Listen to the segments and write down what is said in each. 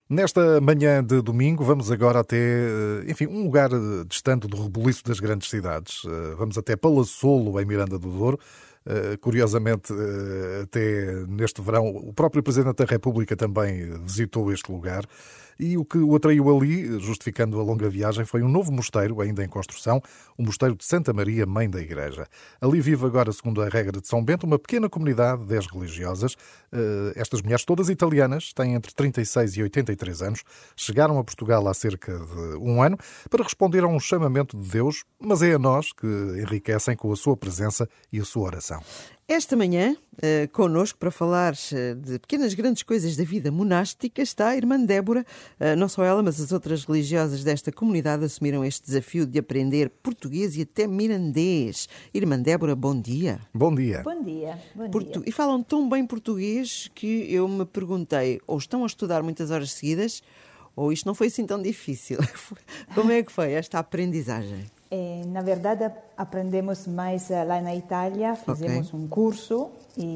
Nesta manhã de domingo, vamos agora até, um lugar distante do rebuliço das grandes cidades. Vamos até Palassolo, em Miranda do Douro. Curiosamente, até neste verão, o próprio Presidente da República também visitou este lugar. E o que o atraiu ali, justificando a longa viagem, foi um novo mosteiro, ainda em construção, o Mosteiro de Santa Maria, Mãe da Igreja. Ali vive agora, segundo a regra de São Bento, uma pequena comunidade de 10 religiosas. Estas mulheres, todas italianas, têm entre 36 e 83 anos, chegaram a Portugal há cerca de um ano para responder a um chamamento de Deus, mas é a nós que enriquecem com a sua presença e a sua oração. Esta manhã, connosco, para falar de pequenas grandes coisas da vida monástica, está a irmã Débora. Não só ela, mas as outras religiosas desta comunidade assumiram este desafio de aprender português e até mirandês. Irmã Débora, bom dia. Bom dia. Bom dia. Bom dia. E falam tão bem português que eu me perguntei, ou estão a estudar muitas horas seguidas, ou isto não foi assim tão difícil. Como é que foi esta aprendizagem? Na verdade, aprendemos mais lá na Itália, fizemos um curso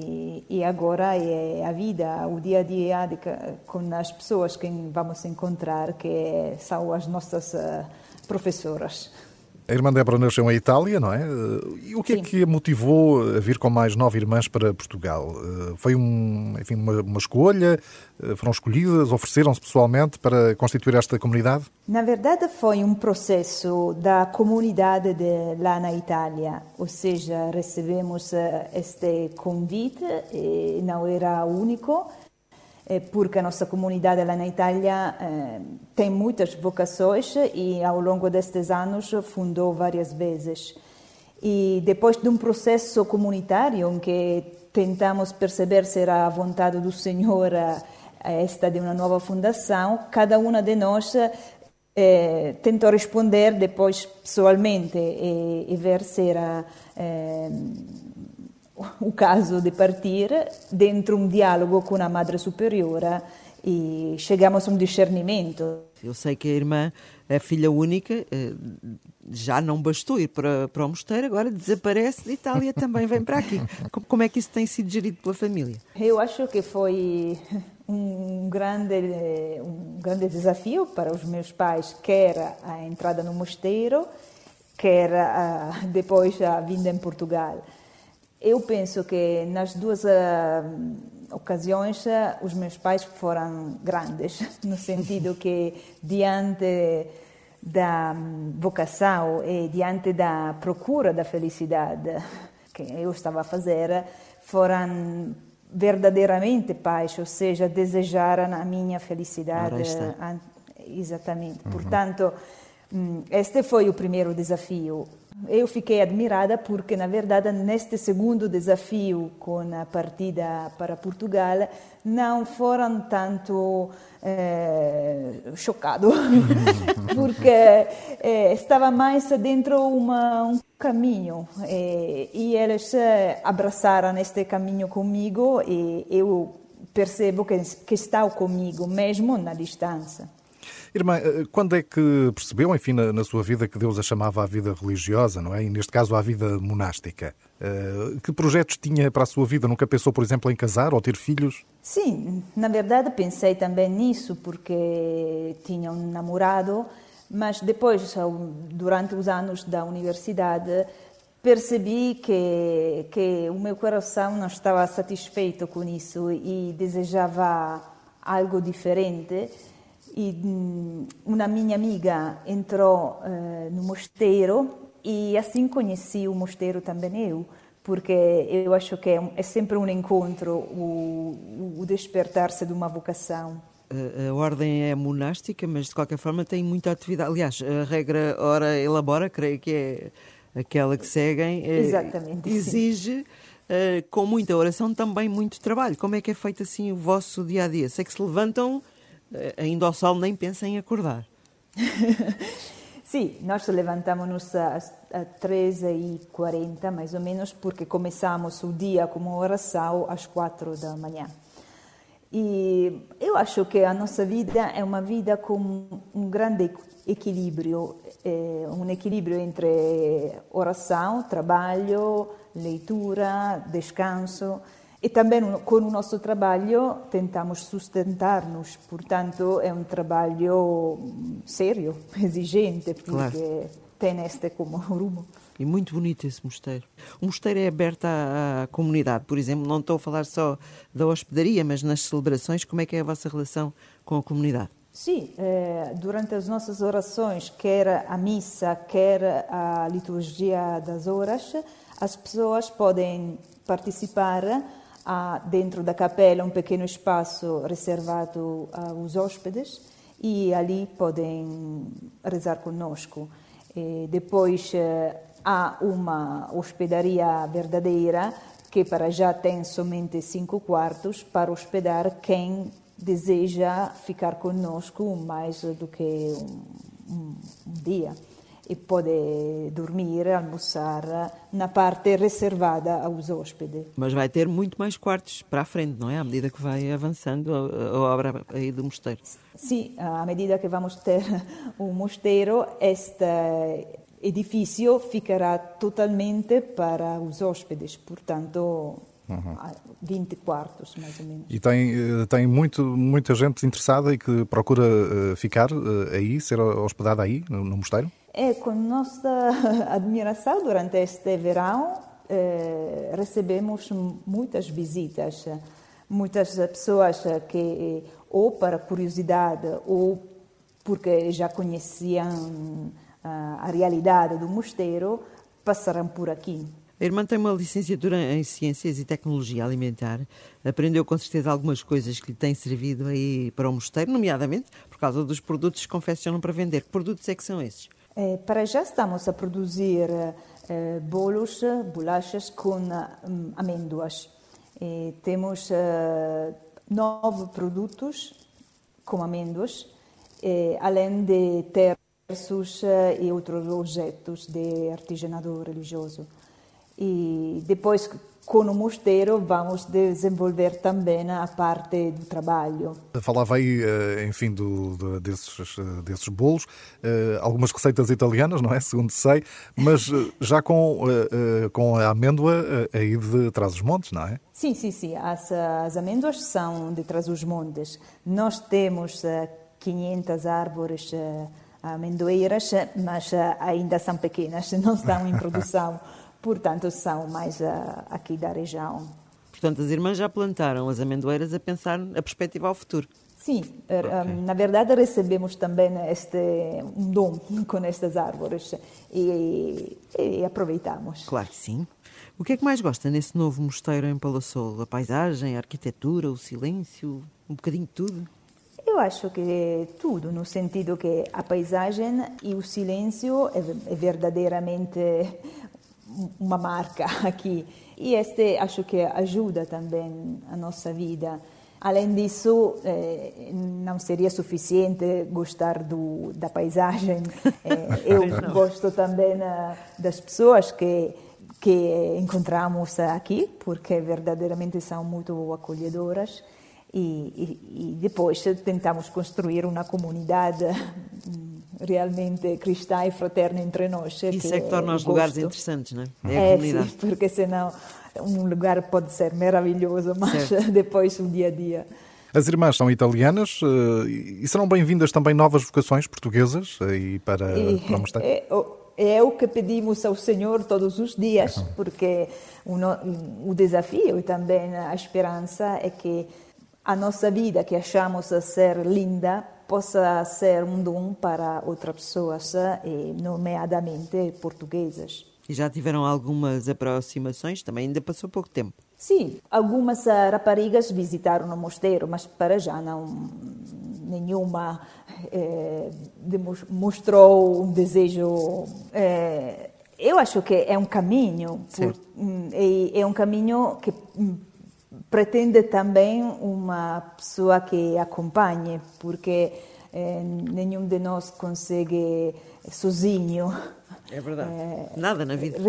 e agora é a vida, o dia a dia com as pessoas que vamos encontrar, que são as nossas professoras. A irmã Débora nasceu em Itália, não é? E o que é que a motivou a vir com mais 9 irmãs para Portugal? Foi uma escolha? Foram escolhidas? Ofereceram-se pessoalmente para constituir esta comunidade? Na verdade, foi um processo da comunidade lá na Itália. Ou seja, recebemos este convite e não era o único, porque a nossa comunidade lá na Itália tem muitas vocações e ao longo destes anos fundou várias vezes. E depois de um processo comunitário em que tentamos perceber se era a vontade do Senhor esta de uma nova fundação, cada uma de nós tentou responder depois pessoalmente e ver se era o caso de partir dentro um diálogo com a Madre Superiora e chegamos a um discernimento. Eu sei que a irmã, a filha única, já não bastou ir para o mosteiro, agora desaparece de Itália, também vem para aqui. Como é que isso tem sido gerido pela família? Eu acho que foi um grande desafio para os meus pais, quer a entrada no mosteiro, quer depois a vinda em Portugal. Eu penso que nas duas ocasiões os meus pais foram grandes, no sentido que diante da vocação e diante da procura da felicidade que eu estava a fazer, foram verdadeiramente pais, ou seja, desejaram a minha felicidade. Exatamente. Portanto, este foi o primeiro desafio. Eu fiquei admirada porque, na verdade, neste segundo desafio com a partida para Portugal, não foram tanto chocados, porque estava mais dentro um caminho e eles abraçaram este caminho comigo e eu percebo que estão comigo, mesmo na distância. Irmã, quando é que percebeu, enfim, na sua vida, que Deus a chamava à vida religiosa, não é? E neste caso à vida monástica? Que projetos tinha para a sua vida? Nunca pensou, por exemplo, em casar ou ter filhos? Sim, na verdade pensei também nisso, porque tinha um namorado, mas depois, durante os anos da universidade, percebi que o meu coração não estava satisfeito com isso e desejava algo diferente. E uma minha amiga entrou no mosteiro e assim conheci o mosteiro também eu, porque eu acho que é sempre um encontro, o despertar-se de uma vocação. A ordem é monástica, mas de qualquer forma tem muita atividade. Aliás, a regra ora elabora, creio que é aquela que seguem, exatamente, exige com muita oração também muito trabalho. Como é que é feito assim o vosso dia-a-dia? Sei que se levantam ainda ao sol, nem pensem em acordar. Sim, nós levantamos-nos às 13h40, mais ou menos, porque começamos o dia com uma oração às 4 da manhã. E eu acho que a nossa vida é uma vida com um grande equilíbrio, um equilíbrio entre oração, trabalho, leitura, descanso. E também com o nosso trabalho tentamos sustentar-nos, portanto é um trabalho sério, exigente, porque claro, tem este como rumo. E muito bonito esse mosteiro. O mosteiro é aberto à comunidade, por exemplo, não estou a falar só da hospedaria, mas nas celebrações, como é que é a vossa relação com a comunidade? Sim, durante as nossas orações, quer a missa, quer a liturgia das horas, as pessoas podem participar. Há dentro da capela um pequeno espaço reservado aos hóspedes e ali podem rezar conosco. E depois há uma hospedaria verdadeira que para já tem somente 5 quartos para hospedar quem deseja ficar conosco mais do que um dia. E pode dormir, almoçar na parte reservada aos hóspedes. Mas vai ter muito mais quartos para a frente, não é? À medida que vai avançando a obra aí do mosteiro. Sim, à medida que vamos ter o mosteiro, este edifício ficará totalmente para os hóspedes, portanto, 20 quartos, mais ou menos. E tem muita gente interessada e que procura ficar aí, ser hospedada aí, no mosteiro? Com nossa admiração, durante este verão, recebemos muitas visitas, muitas pessoas que, ou para curiosidade, ou porque já conheciam a realidade do mosteiro, passaram por aqui. A irmã tem uma licenciatura em Ciências e Tecnologia Alimentar. Aprendeu com certeza algumas coisas que lhe têm servido aí para o mosteiro, nomeadamente por causa dos produtos que confeccionam para vender. Que produtos é que são esses? Para já estamos a produzir bolos, bolachas com amêndoas. Temos 9 produtos com amêndoas, além de terços e outros objetos de artesanato religioso. E depois, com o mosteiro, vamos desenvolver também a parte do trabalho. Falava aí, enfim, desses bolos, algumas receitas italianas, não é? Segundo sei, mas já com a amêndoa aí de Trás-os-Montes, não é? Sim. As amêndoas são de Trás-os-Montes. Nós temos 500 árvores amendoeiras, mas ainda são pequenas, não estão em produção. Portanto, são mais aqui da região. Portanto, as irmãs já plantaram as amendoeiras a pensar na perspectiva ao futuro. Sim, na verdade recebemos também um dom com estas árvores e aproveitamos. Claro que sim. O que é que mais gosta nesse novo mosteiro em Palassolo? A paisagem, a arquitetura, o silêncio, um bocadinho de tudo? Eu acho que tudo, no sentido que a paisagem e o silêncio é verdadeiramente uma marca aqui. E acho que ajuda também a nossa vida. Além disso, não seria suficiente gostar da paisagem. Eu gosto também das pessoas que encontramos aqui, porque verdadeiramente são muito acolhedoras. E depois tentamos construir uma comunidade realmente cristã e fraterna entre nós. Isso é que torna os lugares interessantes, não é? É a comunidade. Sim, porque senão um lugar pode ser maravilhoso, mas depois o dia a dia. As irmãs são italianas e serão bem-vindas também novas vocações portuguesas para o mosteiro? É o que pedimos ao Senhor todos os dias, porque o desafio e também a esperança é que a nossa vida, que achamos ser linda, possa ser um dom para outras pessoas, nomeadamente portuguesas. E já tiveram algumas aproximações? Também ainda passou pouco tempo. Sim, algumas raparigas visitaram o mosteiro, mas para já nenhuma mostrou um desejo. Eu acho que é um caminho, é um caminho que pretende também uma pessoa que acompanhe, porque nenhum de nós consegue sozinho. É verdade. Nada na vida.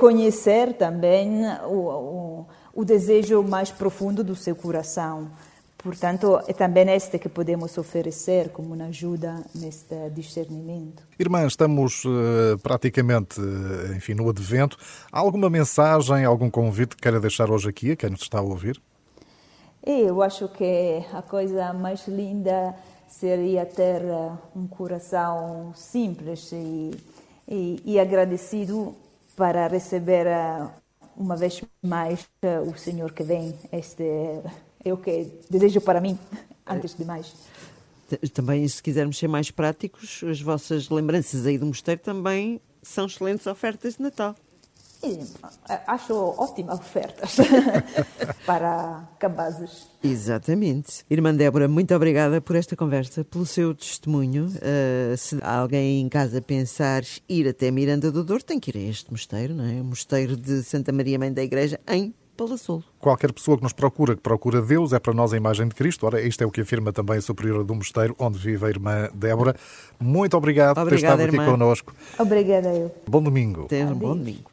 Reconhecer também o desejo mais profundo do seu coração, Portanto, é também este que podemos oferecer como uma ajuda neste discernimento. Irmã, estamos praticamente, enfim, no Advento. Há alguma mensagem, algum convite que queira deixar hoje aqui a quem nos está a ouvir? Eu acho que a coisa mais linda seria ter um coração simples e agradecido para receber uma vez mais o Senhor que vem. Este é o que desejo para mim, antes de mais. Também, se quisermos ser mais práticos, as vossas lembranças aí do mosteiro também são excelentes ofertas de Natal. Acho ótimas ofertas para cabazes. Exatamente. Irmã Débora, muito obrigada por esta conversa, pelo seu testemunho. Se alguém em casa pensar ir até Miranda do Douro, tem que ir a este mosteiro, não é? O mosteiro de Santa Maria Mãe da Igreja, em Palassolo. Qualquer pessoa que nos procura, que procura Deus, é para nós a imagem de Cristo. Ora, isto é o que afirma também a superiora do mosteiro, onde vive a irmã Débora. Muito obrigado por ter estado aqui connosco. Obrigada eu. Bom domingo. Tenha um bom domingo.